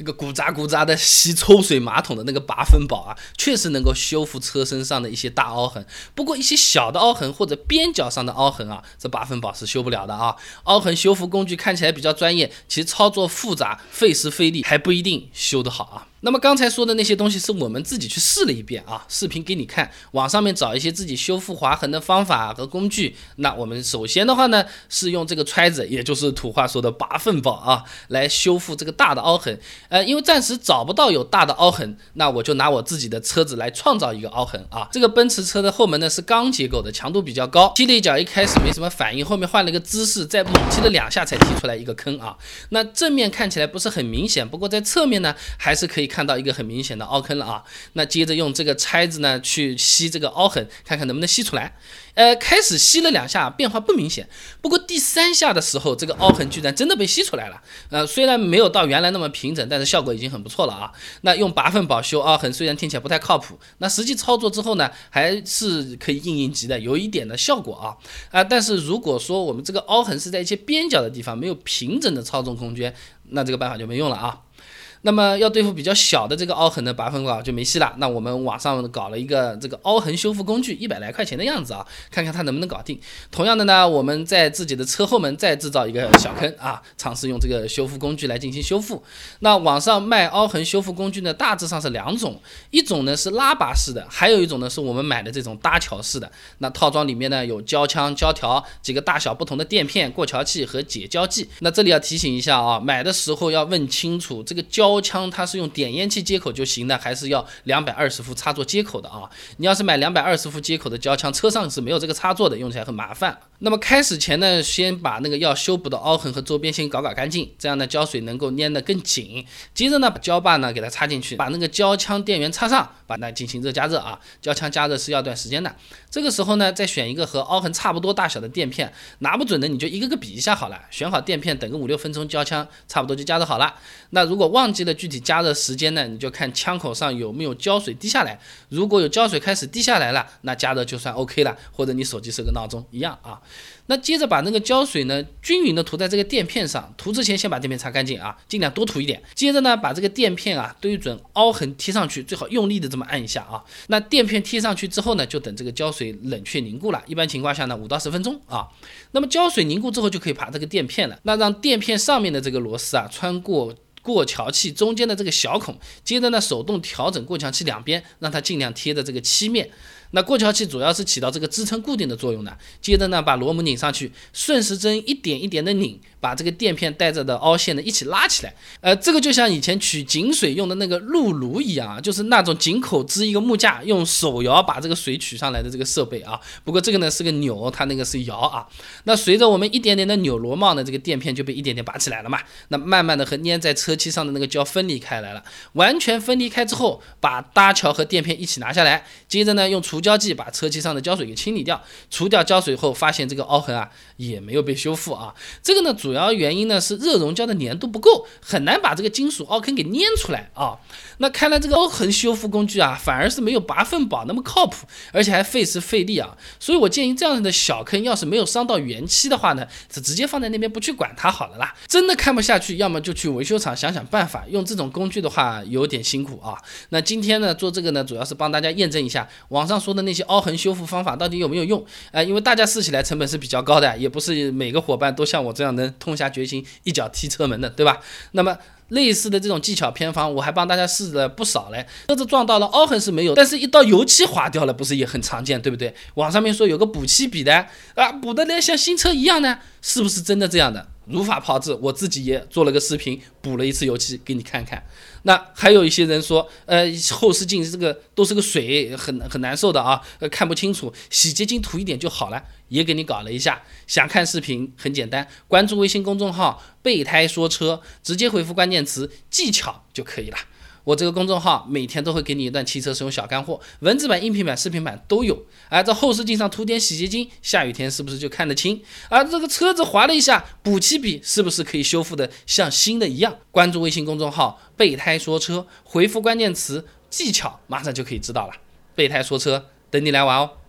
那个咕喳咕喳的吸抽水马桶的那个拔粪宝啊，确实能够修复车身上的一些大凹痕。不过一些小的凹痕或者边角上的凹痕啊，这拔粪宝是修不了的啊。凹痕修复工具看起来比较专业，其实操作复杂，费时费力，还不一定修得好啊。那么刚才说的那些东西是我们自己去试了一遍啊，视频给你看，网上面找一些自己修复划痕的方法和工具。那我们首先的话呢，是用这个揣子，也就是土话说的拔粪宝啊，来修复这个大的凹痕。因为暂时找不到有大的凹痕，那我就拿我自己的车子来创造一个凹痕啊。这个奔驰车的后门呢是钢结构的，强度比较高，踢了一脚一开始没什么反应，后面换了个姿势，再猛踢了2下才踢出来一个坑啊。那正面看起来不是很明显，不过在侧面呢还是可以看到一个很明显的凹坑了啊。那接着用这个拆子呢去吸这个凹痕，看看能不能吸出来。开始吸了2下，变化不明显。不过第3下的时候，这个凹痕居然真的被吸出来了。虽然没有到原来那么平整，但是效果已经很不错了啊。那用拔粪宝修凹痕，虽然听起来不太靠谱，那实际操作之后呢，还是可以应急的，有一点的效果啊。但是如果说我们这个凹痕是在一些边角的地方，没有平整的操纵空间，那这个办法就没用了啊。那么要对付比较小的这个凹痕的拔粪宝就没戏了。那我们网上搞了一个这个凹痕修复工具，100来块钱的样子啊，看看它能不能搞定。同样的呢，我们在自己的车后门再制造一个小坑啊，尝试用这个修复工具来进行修复。那网上卖凹痕修复工具呢，大致上是2种，一种呢是拉拔式的，还有一种呢是我们买的这种搭桥式的。那套装里面呢有胶枪、胶条、几个大小不同的垫片、过桥器和解胶剂。那这里要提醒一下啊，买的时候要问清楚这个胶枪它是用点烟器接口就行的，还是要220伏插座接口的啊？你要是买220伏接口的胶枪，车上是没有这个插座的，用起来很麻烦。那么开始前呢，先把那个要修补的凹痕和周边先搞干净，这样呢胶水能够粘得更紧。接着呢把胶把呢给它插进去，把那个胶枪电源插上，把它进行加热啊。胶枪加热是要段时间的。这个时候呢，再选一个和凹痕差不多大小的垫片，拿不准的你就一个个比一下好了。选好垫片，等个5-6分钟，胶枪差不多就加热好了。那如果忘记了具体加热时间呢，你就看枪口上有没有胶水滴下来。如果有胶水开始滴下来了，那加热就算 OK 了，或者你手机设个闹钟一样啊。那接着把那个胶水呢均匀的涂在这个垫片上，涂之前先把垫片擦干净啊，尽量多涂一点。接着呢把这个垫片啊对准凹痕贴上去，最好用力的这么按一下啊。那垫片贴上去之后呢，就等这个胶水冷却凝固了，一般情况下呢5到10分钟啊。那么胶水凝固之后就可以拔这个垫片了。那让垫片上面的这个螺丝啊穿过过桥器中间的这个小孔，接着呢手动调整过桥器两边，让它尽量贴着这个漆面。那过桥器主要是起到这个支撑固定的作用的。接着呢把螺母拧上去，顺时针一点一点的拧，把这个垫片带着的凹陷呢一起拉起来。这个就像以前取井水用的那个露炉一样啊，就是那种井口支一个木架，用手摇把这个水取上来的这个设备啊。不过这个呢是个钮，它那个是摇啊。那随着我们一点点的扭螺帽呢，这个垫片就被一点点拔起来了嘛。那慢慢的和粘在车漆上的那个胶分离开来了。完全分离开之后，把搭桥和垫片一起拿下来，接着呢用除胶剂把车漆上的胶水给清理掉。除掉胶水后，发现这个凹痕啊也没有被修复啊。这个呢主要原因呢是热熔胶的粘度不够，很难把这个金属凹坑给粘出来啊。那看来这个凹痕修复工具啊，反而是没有拔粪宝那么靠谱，而且还费时费力啊。所以我建议这样的小坑，要是没有伤到原漆的话呢，直接放在那边不去管它好了啦。真的看不下去，要么就去维修厂想想办法。用这种工具的话有点辛苦啊。那今天呢做这个呢，主要是帮大家验证一下网上说的那些凹痕修复方法到底有没有用。因为大家试起来成本是比较高的，也不是每个伙伴都像我这样能痛下决心一脚踢车门的，对吧？那么类似的这种技巧偏方，我还帮大家试了不少嘞。车子撞到了，凹痕是没有，但是一道油漆划掉了，不是也很常见，对不对？网上面说有个补漆笔的啊，补的像新车一样呢，是不是真的这样的？如法炮制，我自己也做了个视频，补了一次油漆给你看看。那还有一些人说，后视镜这个都是个水，很难受的啊，看不清楚，洗洁精涂一点就好了，也给你搞了一下。想看视频很简单，关注微信公众号备胎说车，直接回复关键词技巧就可以了。我这个公众号每天都会给你一段汽车使用小干货，文字版、音频版、视频版都有。这后视镜上涂点洗洁精，下雨天是不是就看得清？这个车子划了一下，补漆笔是不是可以修复的像新的一样？关注微信公众号备胎说车，回复关键词技巧，马上就可以知道了。备胎说车，等你来玩哦。